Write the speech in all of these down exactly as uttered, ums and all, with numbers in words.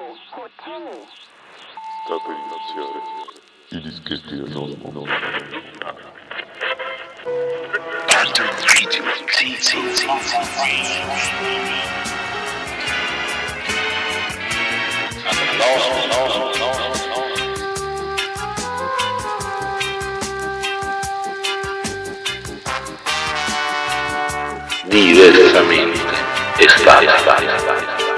State di iniziare i dischetti del Nosmo. Diversamente estate.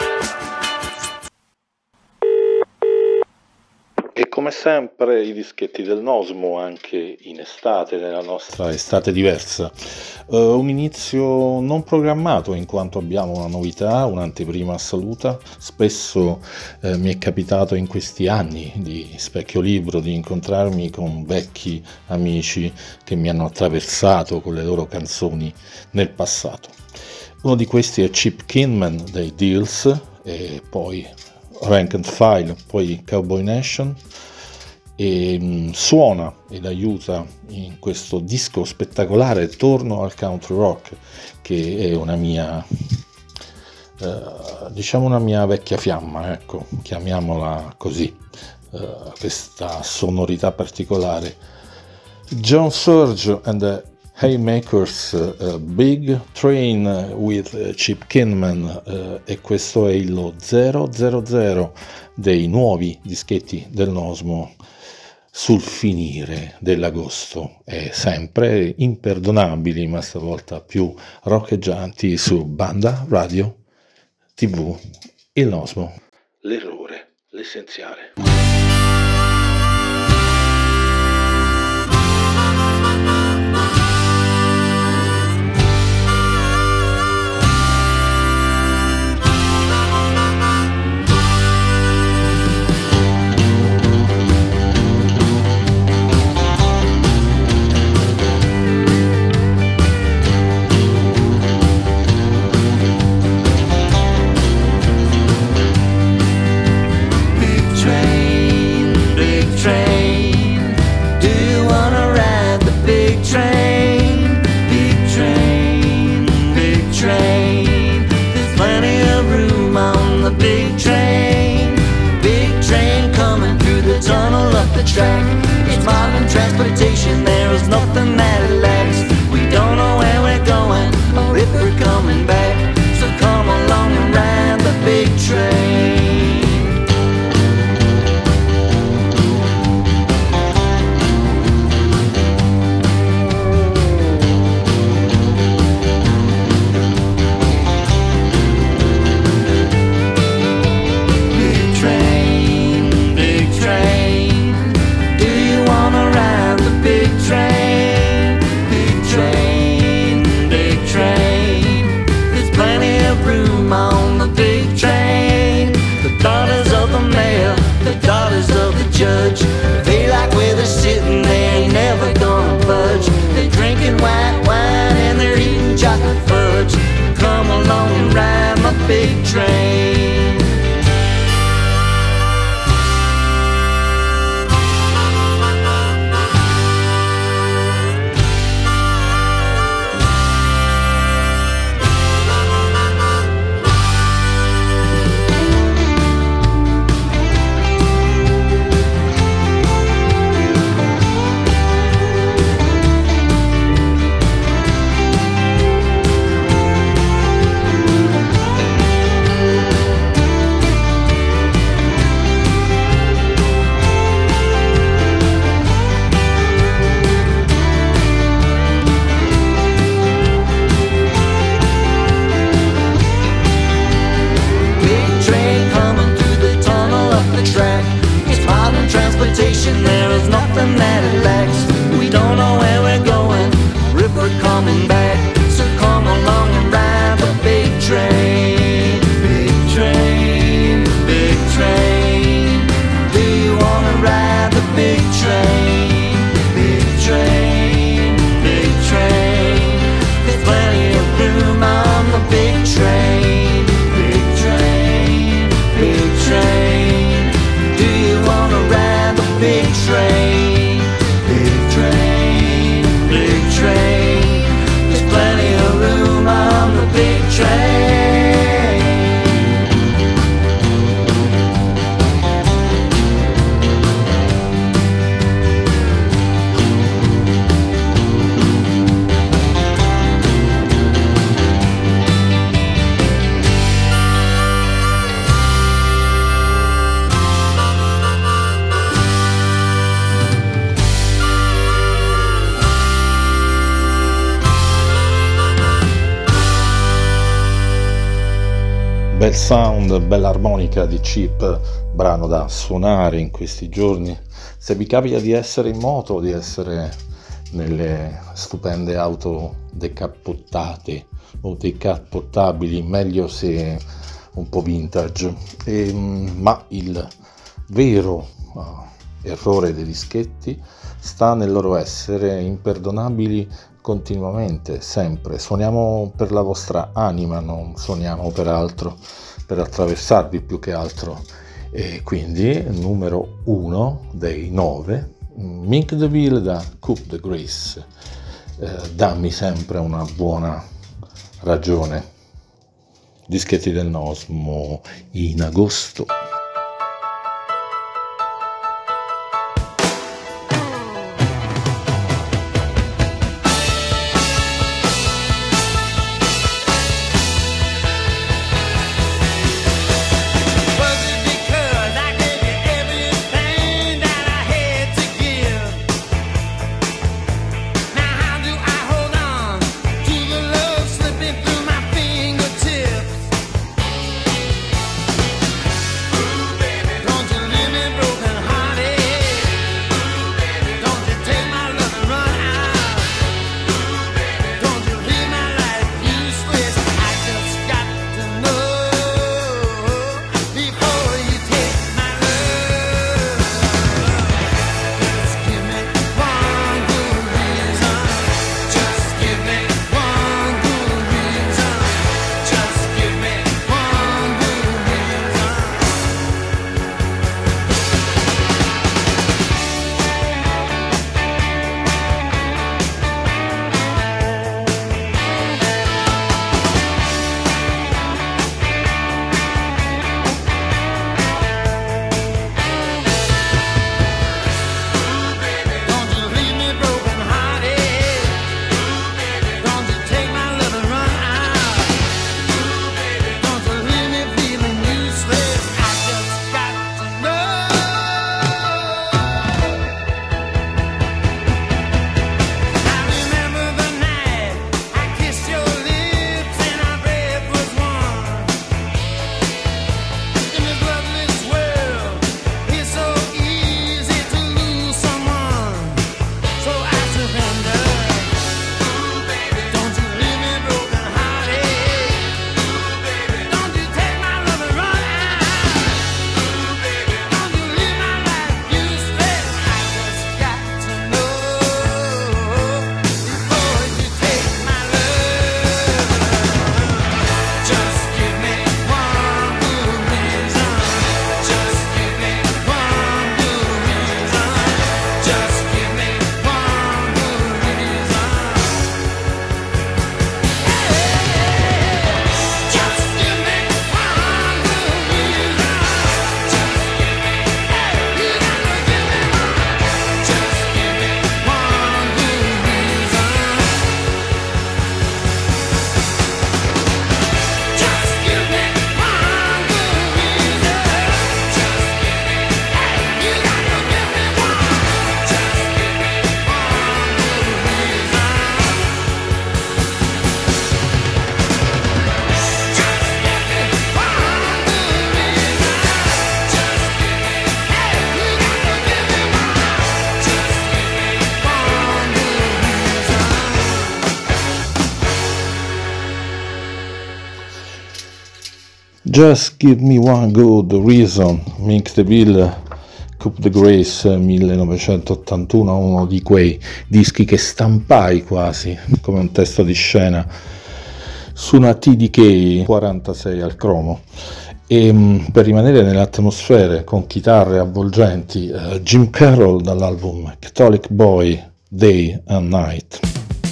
E come sempre i dischetti del Nosmo anche in estate, nella nostra estate diversa. Uh, un inizio non programmato in quanto abbiamo una novità, un'anteprima assoluta. Spesso eh, mi è capitato in questi anni di Specchio Libro di incontrarmi con vecchi amici che mi hanno attraversato con le loro canzoni nel passato. Uno di questi è Chip Kingman dei Deals, e poi Rank and File, poi Cowboy Nation, e mh, suona ed aiuta in questo disco spettacolare Torno al Country Rock, che è una mia eh, diciamo una mia vecchia fiamma, ecco, chiamiamola così, eh, questa sonorità particolare. John Surge and the Haymakers, uh, Big Train with uh, Chip Kingman, uh, e questo è il zero zero zero dei nuovi dischetti del Nosmo sul finire dell'agosto, e sempre imperdonabili, ma stavolta più roccheggianti su Banda, Radio, tivù, il Nosmo, l'errore, l'essenziale. It's modern transportation, there is nothing that it lacks. We don't know where we're going or if we're coming back. So come along and ride the big train. Judge, they like where they're sitting there, never gonna budge. They're drinking white wine and they're eating chocolate fudge. Come along and ride my big train. There is nothing that it lacks. We don't know where we're going or if we're coming back. So come along and ride the big train. Big train, big train. Do you wanna ride the big train? Big train, big train. There's plenty of room on the big train. Big train, big train. Do you wanna ride the big train, Bel sound, bella armonica di Chip, brano da suonare in questi giorni. Se vi capita di essere in moto, di essere nelle stupende auto decappottate o decappottabili, meglio se un po' vintage. E, ma il vero uh, errore dei dischetti sta nel loro essere imperdonabili continuamente, sempre. Suoniamo per la vostra anima, non suoniamo per altro, per attraversarvi più che altro. E quindi numero uno dei nove, Mick DeVille da Coup de Grace. Eh, dammi sempre una buona ragione. Dischetti del Nosmo in agosto. Just Give Me One Good Reason, Mick DeVille, Coup de Grace millenovecentottantuno, uno di quei dischi che stampai quasi come un testo di scena su una T D K quarantasei al cromo. E per rimanere nelle atmosfere con chitarre avvolgenti, uh, Jim Carroll dall'album Catholic Boy, Day and Night.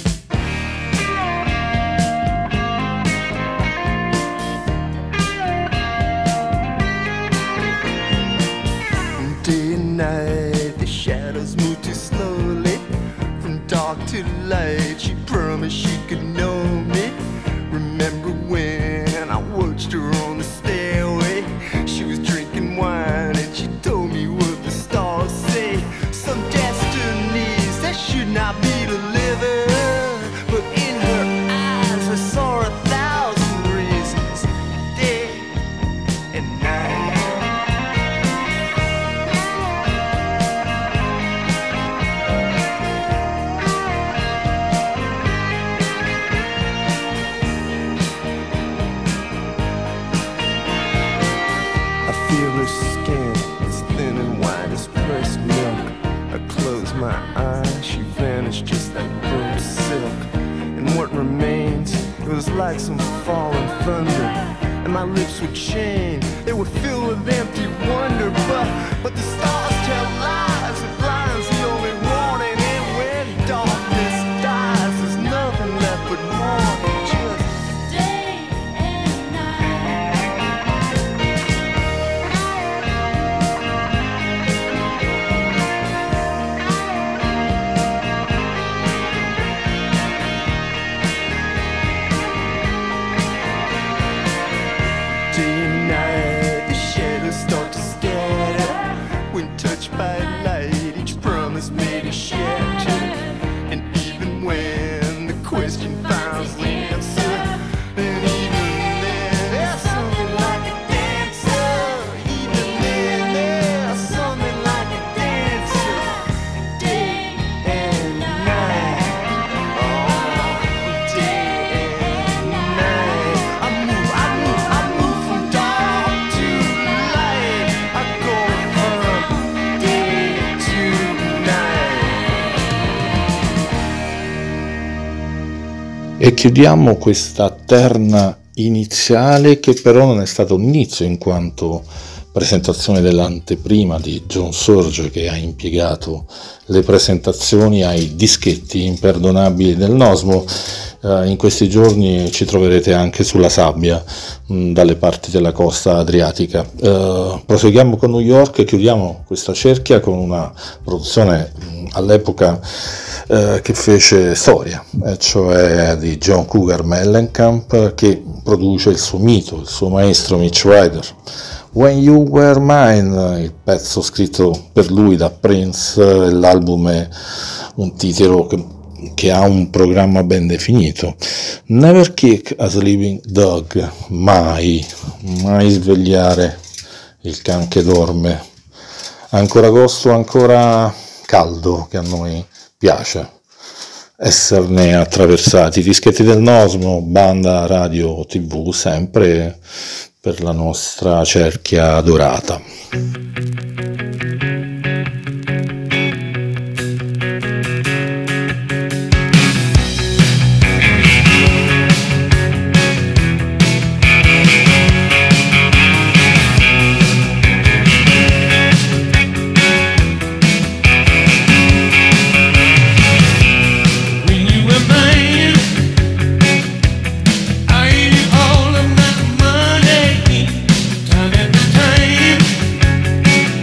Night, the shadows move too slowly from dark to light. She promised she could know me. Remember when I watched her on the stairway? She was drinking wine and she told me what the stars say. Some destinies that should not be delivered, but in her eyes I saw a thousand reasons. Day feel her skin, as thin and white as pressed milk. I close my eyes, she vanished just like burnt silk. And what remains, it was like some falling thunder. And my lips were chained, they were filled with empty wonder. But, but the stars tell lies, and blind's the only warning. And when darkness dies, there's nothing left but morning. Just day and day and night, the shadows start to scatter. When touched by light, each promise made is shattered. And even when the question finds the answer, then even then there's something like a dancer. Even then there's something like a dancer. Day and night, oh, day and night. I move, I move, I move from dark to light. I go from day to night. E chiudiamo questa terna iniziale, che però non è stato un inizio, in quanto presentazione dell'anteprima di John Surge, che ha impiegato le presentazioni ai dischetti imperdonabili del Nosmo. Eh, in questi giorni ci troverete anche sulla sabbia, mh, dalle parti della costa adriatica. Eh, proseguiamo con New York e chiudiamo questa cerchia con una produzione mh, all'epoca eh, che fece storia, e cioè di John Cougar Mellencamp, che produce il suo mito, il suo maestro Mitch Ryder. When You Were Mine, il pezzo scritto per lui da Prince. L'album è un titolo che, che ha un programma ben definito. Never kick a sleeping dog, mai, mai svegliare il can che dorme. Ancora agosto, ancora caldo, che a noi piace esserne attraversati. Dischetti del Nosmo, banda, radio, tv, sempre per la nostra cerchia dorata. All of my money, time after time.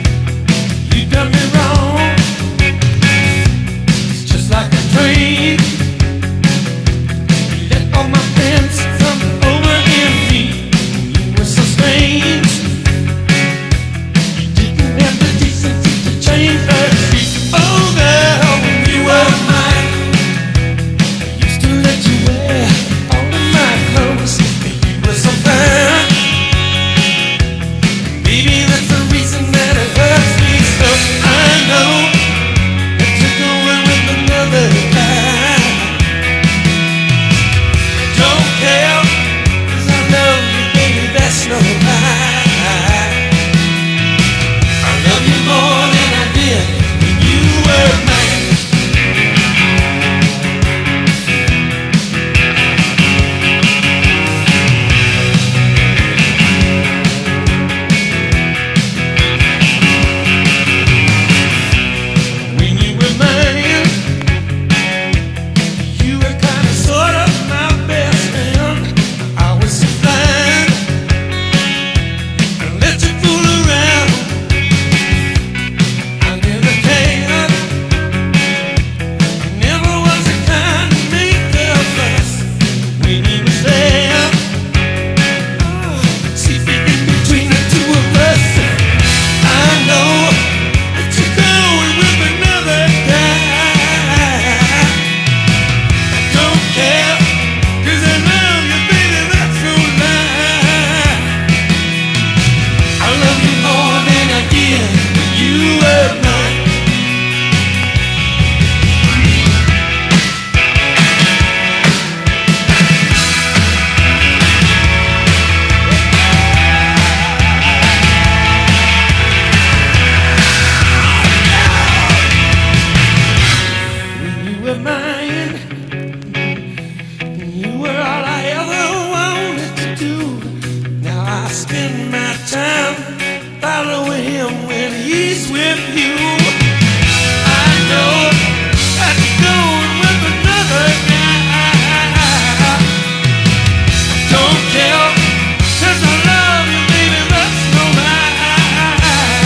peace with you. I know that you're going with another guy. Don't care, 'cause I love you, baby, that's no lie.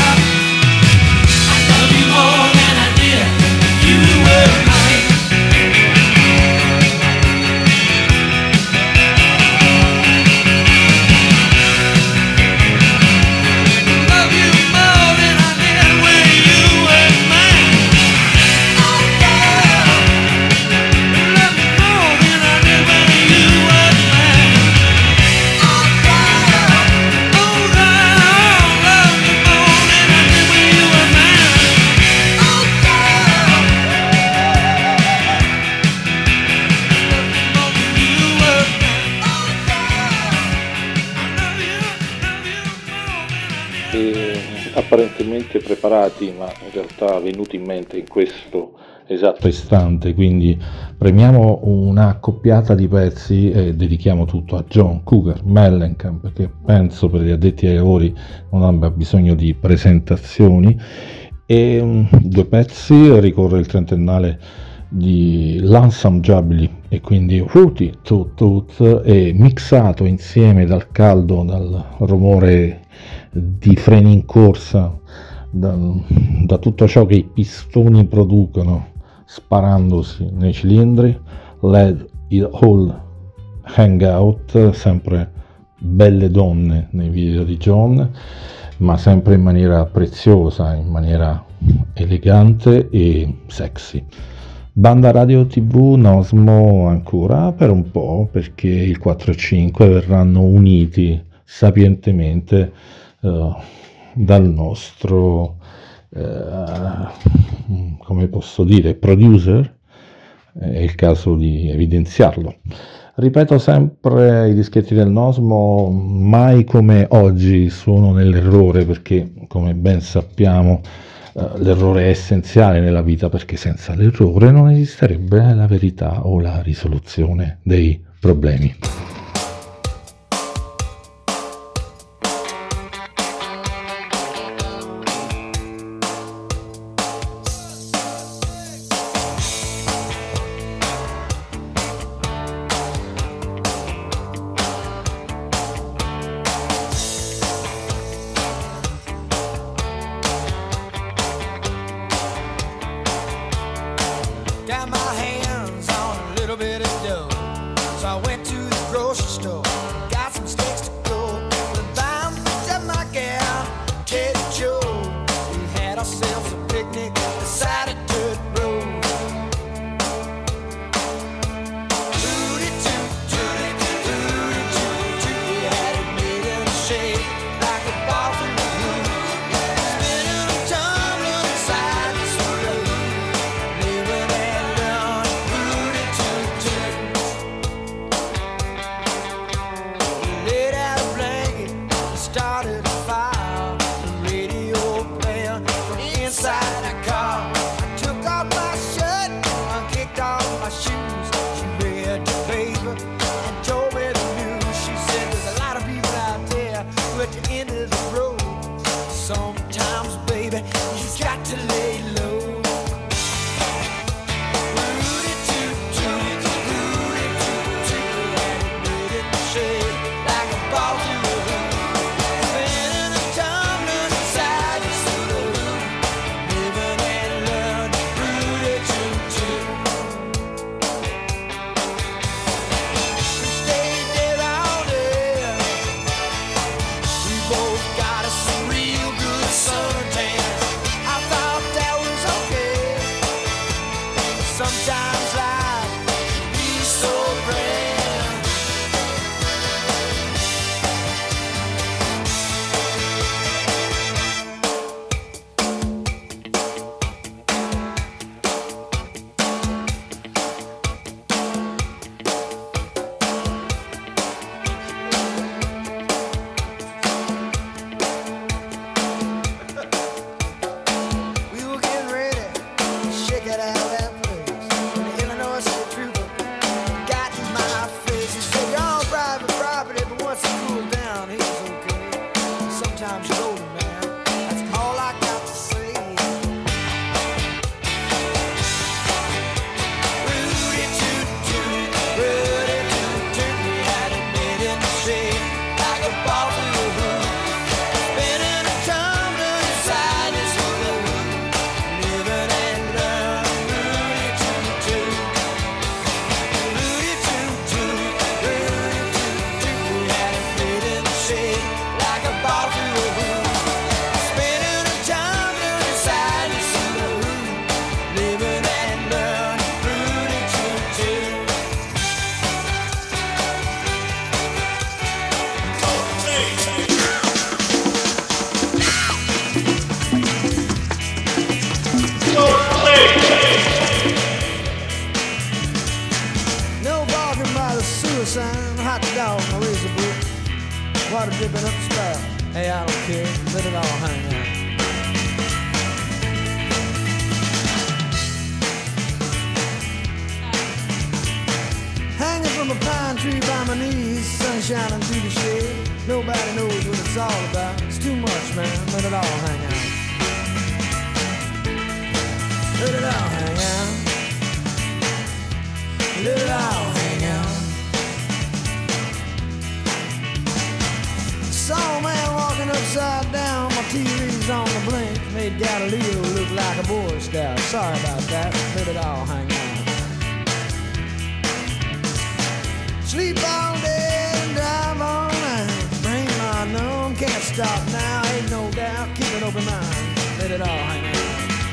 I love you more than I did when you were mine. Love you more than I did when you were mine. Oh girl, love you more than I did when you were mine. Oh girl, oh girl, love you more than I did when you were mine. Oh girl, love you more than you were mine. Oh girl, I love you, love you more than I did. E apparentemente preparati, ma in realtà venuti in mente in questo esatto istante, quindi premiamo una accoppiata di pezzi e dedichiamo tutto a John Cougar Mellencamp, che penso per gli addetti ai lavori non abbia bisogno di presentazioni, e um, due pezzi, ricorre il trentennale di Lonesome Jubilee e quindi Rooty Toot Toot, e mixato insieme dal caldo, dal rumore di freni in corsa, da, da tutto ciò che i pistoni producono sparandosi nei cilindri. Let It All Hang Out, sempre belle donne nei video di John, ma sempre in maniera preziosa, in maniera elegante e sexy. Banda Radio tivù Nosmo ancora per un po', perché il quattro e cinque verranno uniti sapientemente uh, dal nostro, uh, come posso dire, producer, è il caso di evidenziarlo. Ripeto sempre, i dischetti del Nosmo mai come oggi sono nell'errore, perché come ben sappiamo l'errore è essenziale nella vita, perché senza l'errore non esisterebbe la verità o la risoluzione dei problemi. Got my hands on a little bit of dough, so I went to the grocery store, got some sticks to go. The bomb picked up my gal, Teddy Joe. We had ourselves a picnic beside a dirt road. Tootie toot, tootie toot, tootie toot toot. We had it made in the shade like a ball from the moon. Spinning a tumbler inside the saloon, living and learning. Tootie toot toot. We laid out a blanket and started a fire. The radio playing from inside the car. I took off my shirt, I kicked off my shoes. She read the paper and told me the news. She said there's a lot of people out there who at the end of the road. Sometimes, baby, you got to lay low. Rooty toot toot, rooty toot toot. We had it made in the shade like a ball from the moon. Spinning a tumbler inside the saloon, living and learning. Rooty toot toot. We stayed there all day. We both got us some real good suntan. I thought that was okay. Sometimes life can be so grand. We were getting ready to shake it out of that place. When the Illinois State Trooper got in my face, he said, "You're on private property, but once you cool down, he's okay. Sometimes you're older, man. That's all I got to say." water dripping up the spout. Hey, I don't care, let it all hang out. Hanging from a pine tree by my knees, sun shining through the shade. Nobody knows what it's all about. It's too much, man, let it all hang out. Let it all hang out. Let it all hang out. Saw a man walking upside down, my T V's on the blink. Made Galileo look like a Boy Scout. Sorry about that, let it all hang out. Sleep all day and drive all night. Brain my numb, can't stop now, ain't no doubt. Keep an open mind, let it all hang out.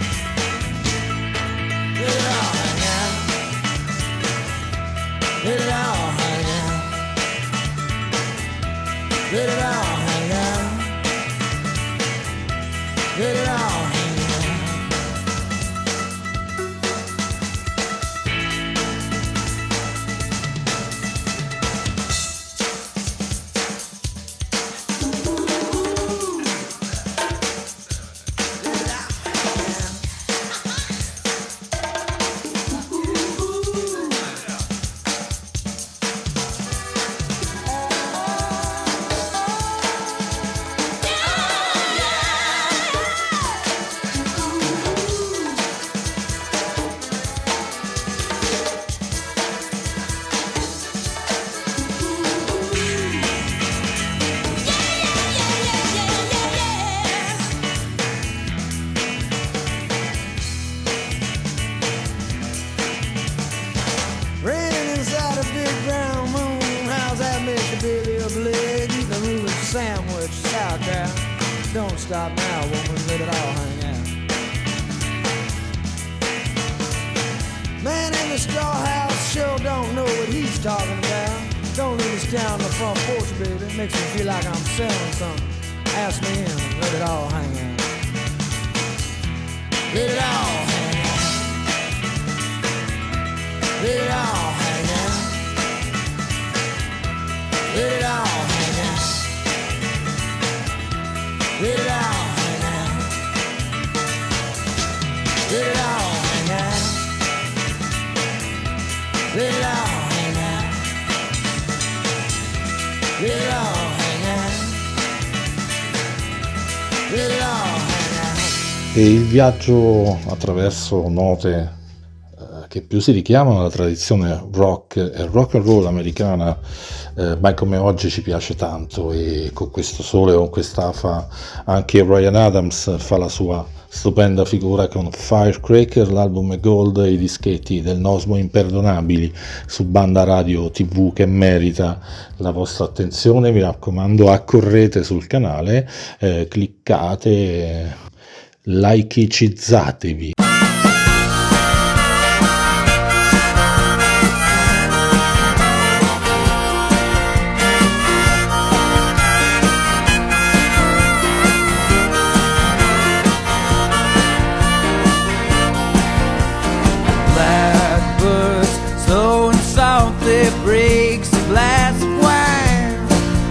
Let it all hang out. Let it all hang out. Let it all hang out. Let it all hang out. Raining inside a big brown moon. How's that make you, baby, a blade? Eat the ruler sandwich, sauerkraut. Don't stop now, woman, let it all hang out. Man in the straw house sure don't know what he's talking about. Don't leave us down the front porch, baby. Makes me feel like I'm selling something. Ask me in and let it all hang out. Let it all hang out. Let it all hang out. Let it all hang out. Let it all hang out. Let it all hang out. Let it all hang out. Let it all hang out. Let it all hang out. E il viaggio attraverso note che più si richiamano alla tradizione rock e rock and roll americana, eh, mai come oggi ci piace tanto, e con questo sole o con quest'afa anche Bryan Adams fa la sua stupenda figura con Firecracker, l'album è Gold e i dischetti del Nosmo imperdonabili su Banda Radio tivù che merita la vostra attenzione. Mi raccomando, accorrete sul canale, eh, cliccate, likeicizzatevi. Breaks a glass of wine.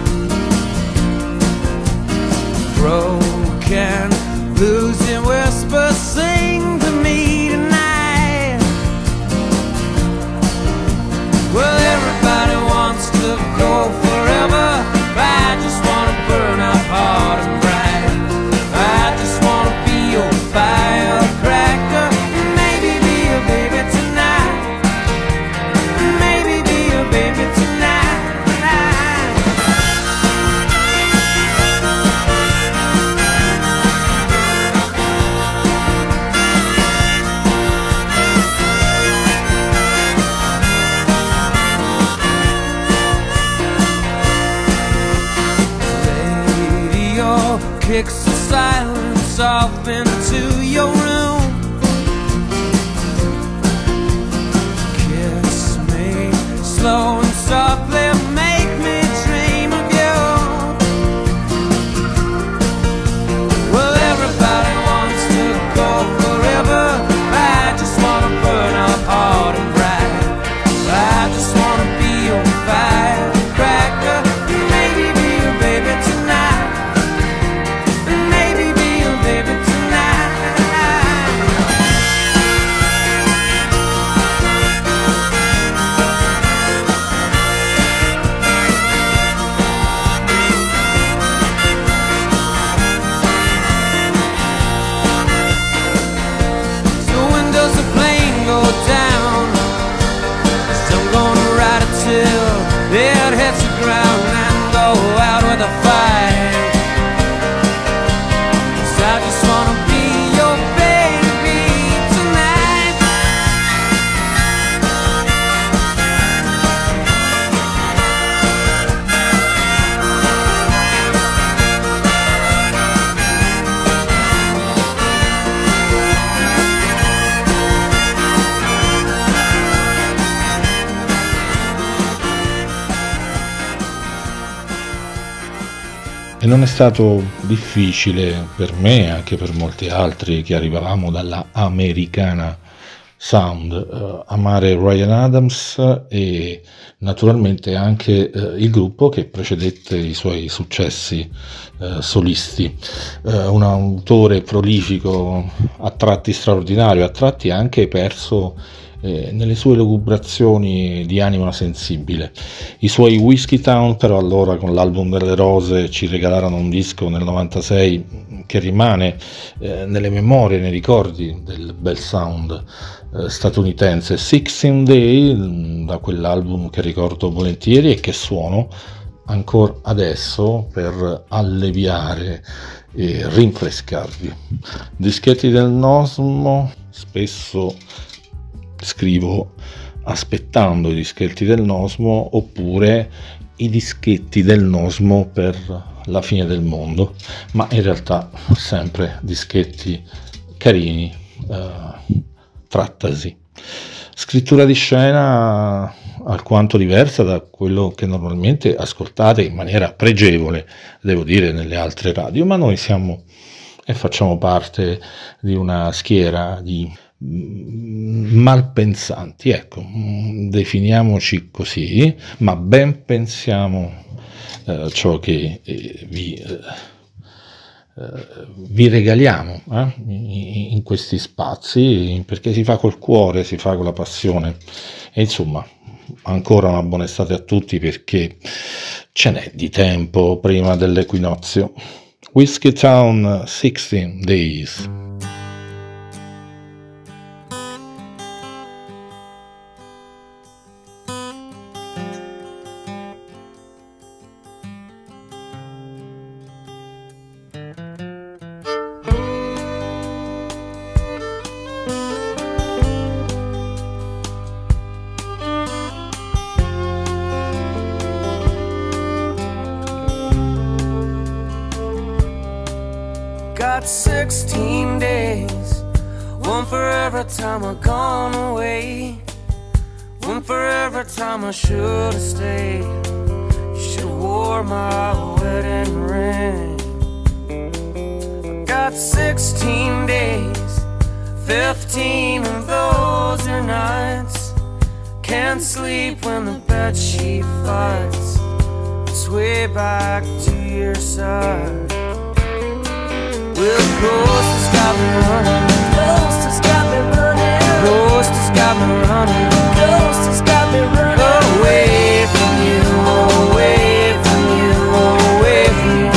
Broken, losing whispers sing to me tonight. Well, everybody wants to go forever. I just wanna burn up hard and bright. I just wanna be your firecracker. Maybe be a baby tonight. Maybe be a baby tonight, tonight. Radio kicks the silence off into your room. Kiss me slow and softly, make me dream of you. Well, everybody wants to go forever. I just wanna burn up hard and bright. I just wanna be your firecracker. Maybe be a baby E non è stato difficile per me, anche per molti altri che arrivavamo dalla americana sound, uh, amare Ryan Adams e naturalmente anche uh, il gruppo che precedette i suoi successi uh, solisti. Uh, un autore prolifico, a tratti straordinario, a tratti anche perso eh, nelle sue lucubrazioni di anima sensibile. I suoi Whiskeytown però allora con l'album delle rose ci regalarono un disco nel novantasei che rimane eh, nelle memorie, nei ricordi del bel sound eh, statunitense. sixteen Day, da quell'album che ricordo volentieri e che suono ancora adesso per alleviare e rinfrescarvi. Dischetti del Nosmo, spesso scrivo aspettando i dischetti del Nosmo oppure i dischetti del Nosmo per la fine del mondo, ma in realtà sempre dischetti carini, eh, trattasi. Scrittura di scena alquanto diversa da quello che normalmente ascoltate in maniera pregevole, devo dire, nelle altre radio, ma noi siamo e facciamo parte di una schiera di malpensanti, ecco, definiamoci così, ma ben pensiamo eh, ciò che eh, vi, eh, vi regaliamo eh, in, in questi spazi, perché si fa col cuore, si fa con la passione. E insomma, ancora una buona estate a tutti, perché ce n'è di tempo prima dell'equinozio. Whiskeytown, sixteen Days. Got sixteen days, one for every time I've gone away, one for every time I should have stayed. You should have wore my wedding ring. I got sixteen days, fifteen of those are nights. Can't sleep when the bedsheet fights. Sway back to your side. Well, the ghost has got me running. The ghost has got me running. The ghost has got me running. The ghost has got me running. Away from you, away from you, away from you.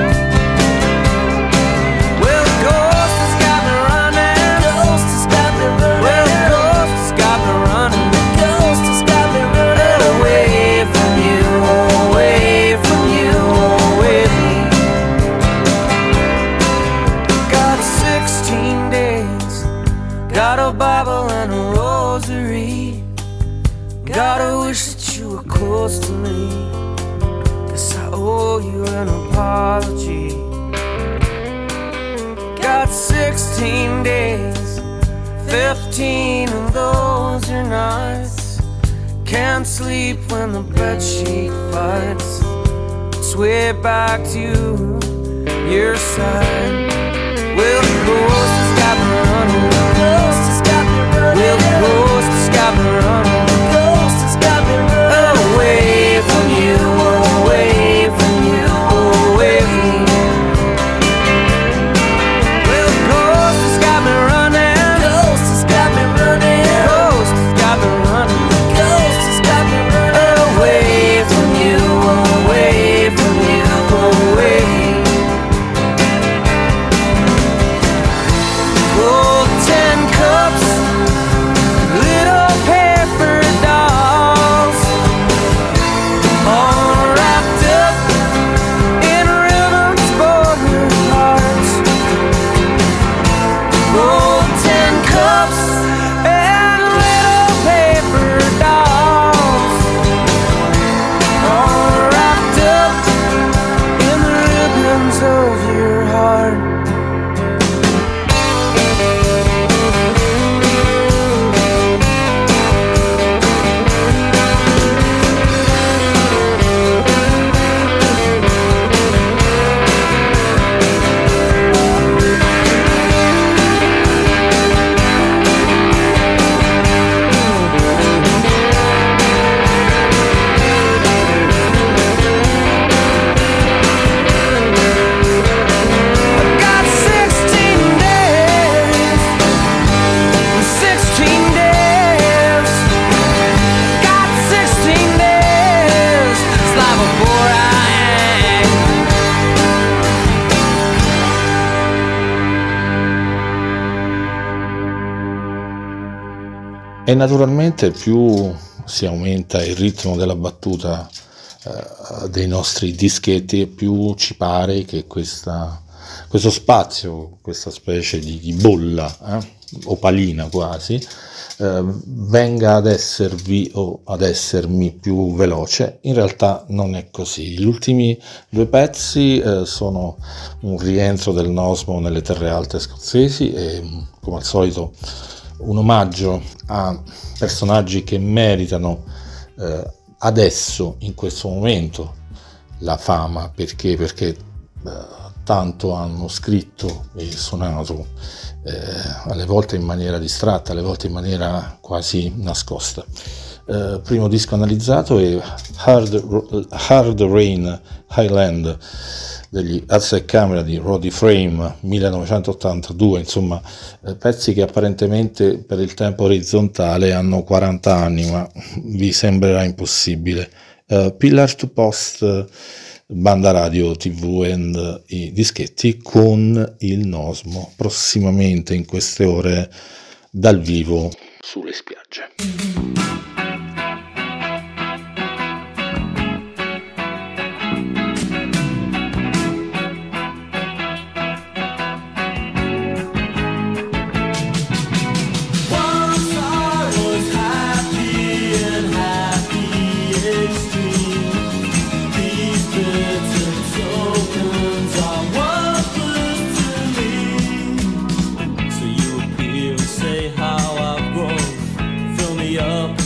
Well, the ghost has got me running. The ghost has got me running. Well, the ghost has got me running. The ghost has got me running. Away from you, away from you, away from you. sixteen days, got a Bible and a rosary. Gotta wish that you were close to me, 'cause I owe you an apology. Got sixteen days, fifteen of those are nights. Can't sleep when the bedsheet fights. Sway back to your side. Well, the ghost has got me running. The ghost has got me running. Well, the ghost has got me running. The ghost has got me running. Away from you, away from you, away from you. Well, the ghost has got me running. The ghost has got me running. The ghost has got me running. The ghost has got me running. Away from you, away from you, away from you. naturalmente più si aumenta il ritmo della battuta eh, dei nostri dischetti e più ci pare che questa, questo spazio, questa specie di, di bolla eh, opalina quasi, eh, venga ad esservi o ad essermi più veloce. In realtà non è così. Gli ultimi due pezzi eh, sono un rientro del Nosmo nelle terre alte scozzesi e, come al solito, un omaggio a personaggi che meritano eh, adesso, in questo momento, la fama. Perché? Perché eh, tanto hanno scritto e suonato, eh, alle volte in maniera distratta, alle volte in maniera quasi nascosta. Eh, primo disco analizzato è Hard, Hard Rain Highland degli Aztec Camera di Roddy Frame, millenovecentottantadue, insomma eh, pezzi che apparentemente per il tempo orizzontale hanno quaranta anni, ma vi sembrerà impossibile. Uh, Pillar to Post, banda radio, tv e i dischetti con il Nosmo, prossimamente in queste ore dal vivo sulle spiagge. Say how I've grown, fill me up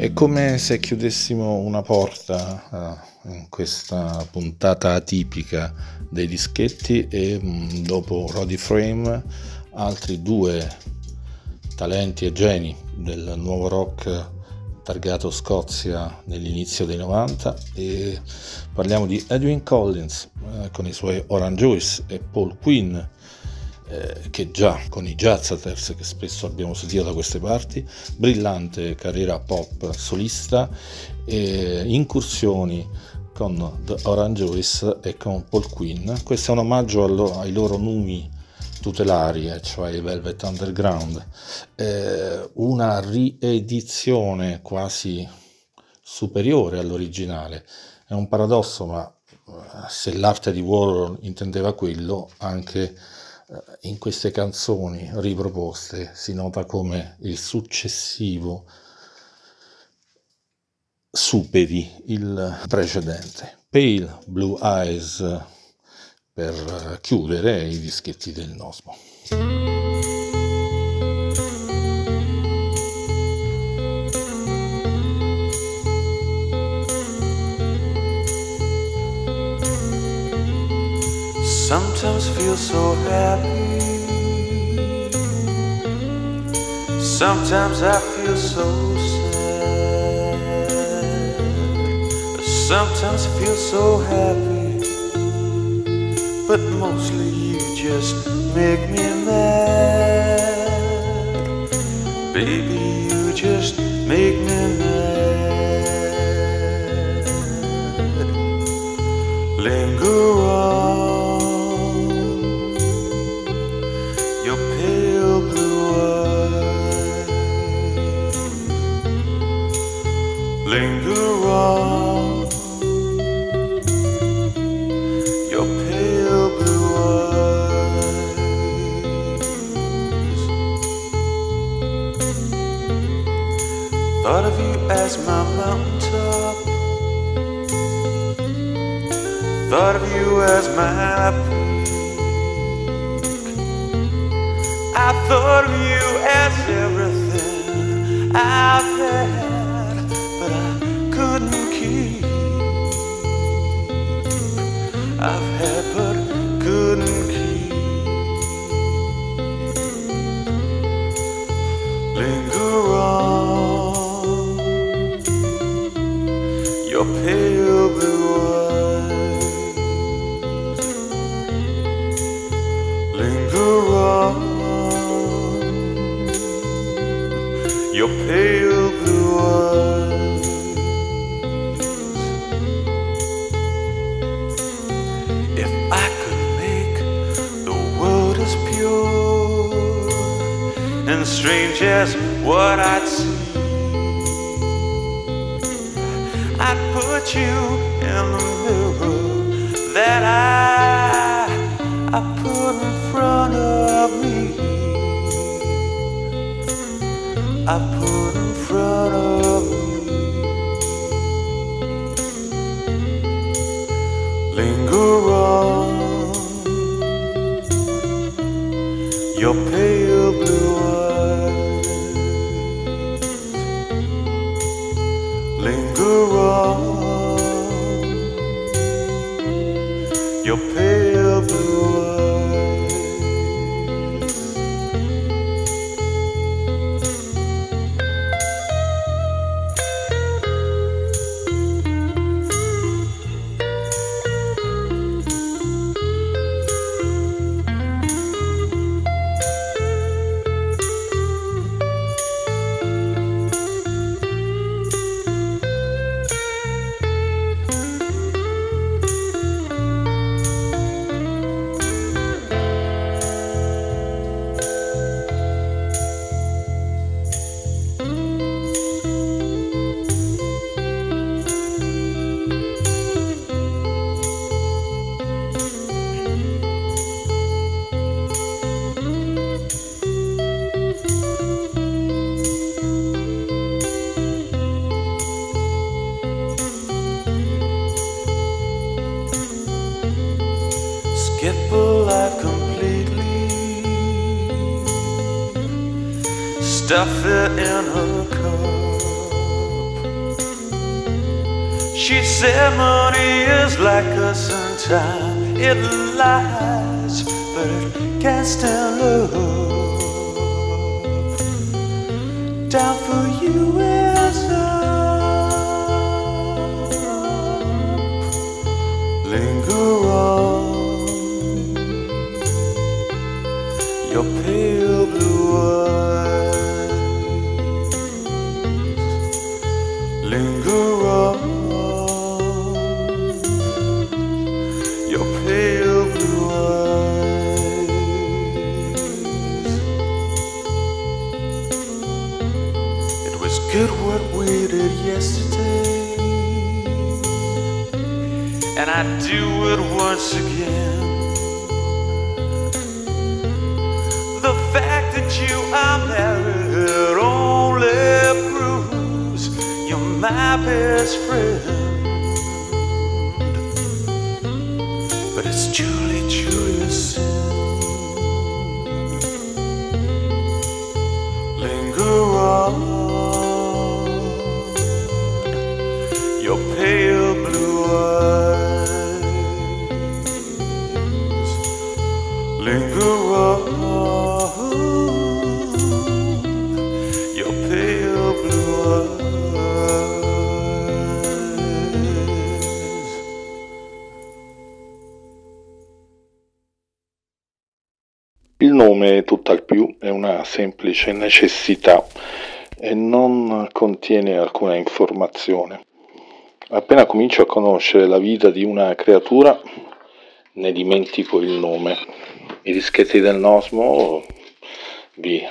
È come se chiudessimo una porta uh, in questa puntata atipica dei dischetti e mh, dopo Roddy Frame altri due talenti e geni del nuovo rock targato Scozia nell'inizio dei novanta, e parliamo di Edwyn Collins eh, con i suoi Orange Juice e Paul Quinn eh, che già con i Jazzaters che spesso abbiamo sentito da queste parti, brillante carriera pop solista e incursioni con The Orange Juice e con Paul Quinn. Questo è un omaggio allo, ai loro numi tutelari, cioè i Velvet Underground, eh, una riedizione quasi superiore all'originale. È un paradosso, ma se l'arte di Warhol intendeva quello, anche eh, in queste canzoni riproposte si nota come il successivo superi il precedente. Pale Blue Eyes per chiudere i dischetti del Nosmo. Sometimes feel so happy, sometimes I feel so sad, sometimes feel so happy, but mostly you just make me mad. Baby, you just make me mad. Linger on, your pale blue eyes. Linger on, your pale blue eyes. Thought of you as my mountaintop, thought of you as my peak. I thought of you as everything I've had, but I couldn't keep. I've had but couldn't keep. Linger on, your pale blue eyes. Linger on, your pale blue eyes. If I could make the world as pure and strange as what I'd see, I'd put you in the mirror that I, I put in front of me. I put in front of me. Linger on, your pale blue eyes. Linger on, your pale blue eyes. Skip a life completely, stuff it in a cup, She said money is like us in time. It lies, but it can't stand love. Down for you is up. Linger on your pale blue eyes. Linger on your pale blue eyes. It was good what we did yesterday, and I'd do it once again. The fact that you are married only proves you're my best friend. But it's truly, truly a sin. Linger on your pale blue eyes. Linger on your pale blue eyes. Il nome, tutt'al più, è una semplice necessità e non contiene alcuna informazione. Appena comincio a conoscere la vita di una creatura, ne dimentico il nome. I dischetti del Nosmo vi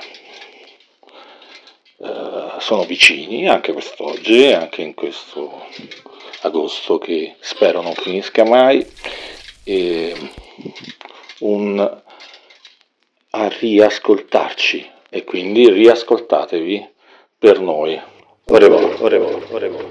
eh, sono vicini anche quest'oggi, anche in questo agosto che spero non finisca mai, e un a riascoltarci, e quindi riascoltatevi per noi. Ore ore ore ore ore.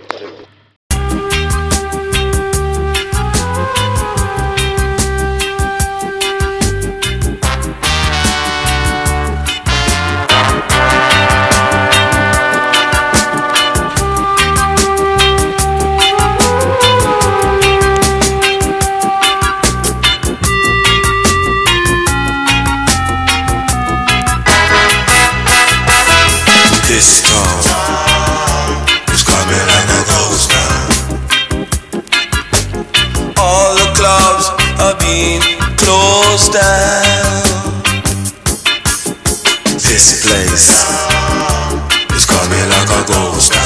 This storm is coming like a ghost now. All the clubs are being closed down. This place is coming like a ghost now.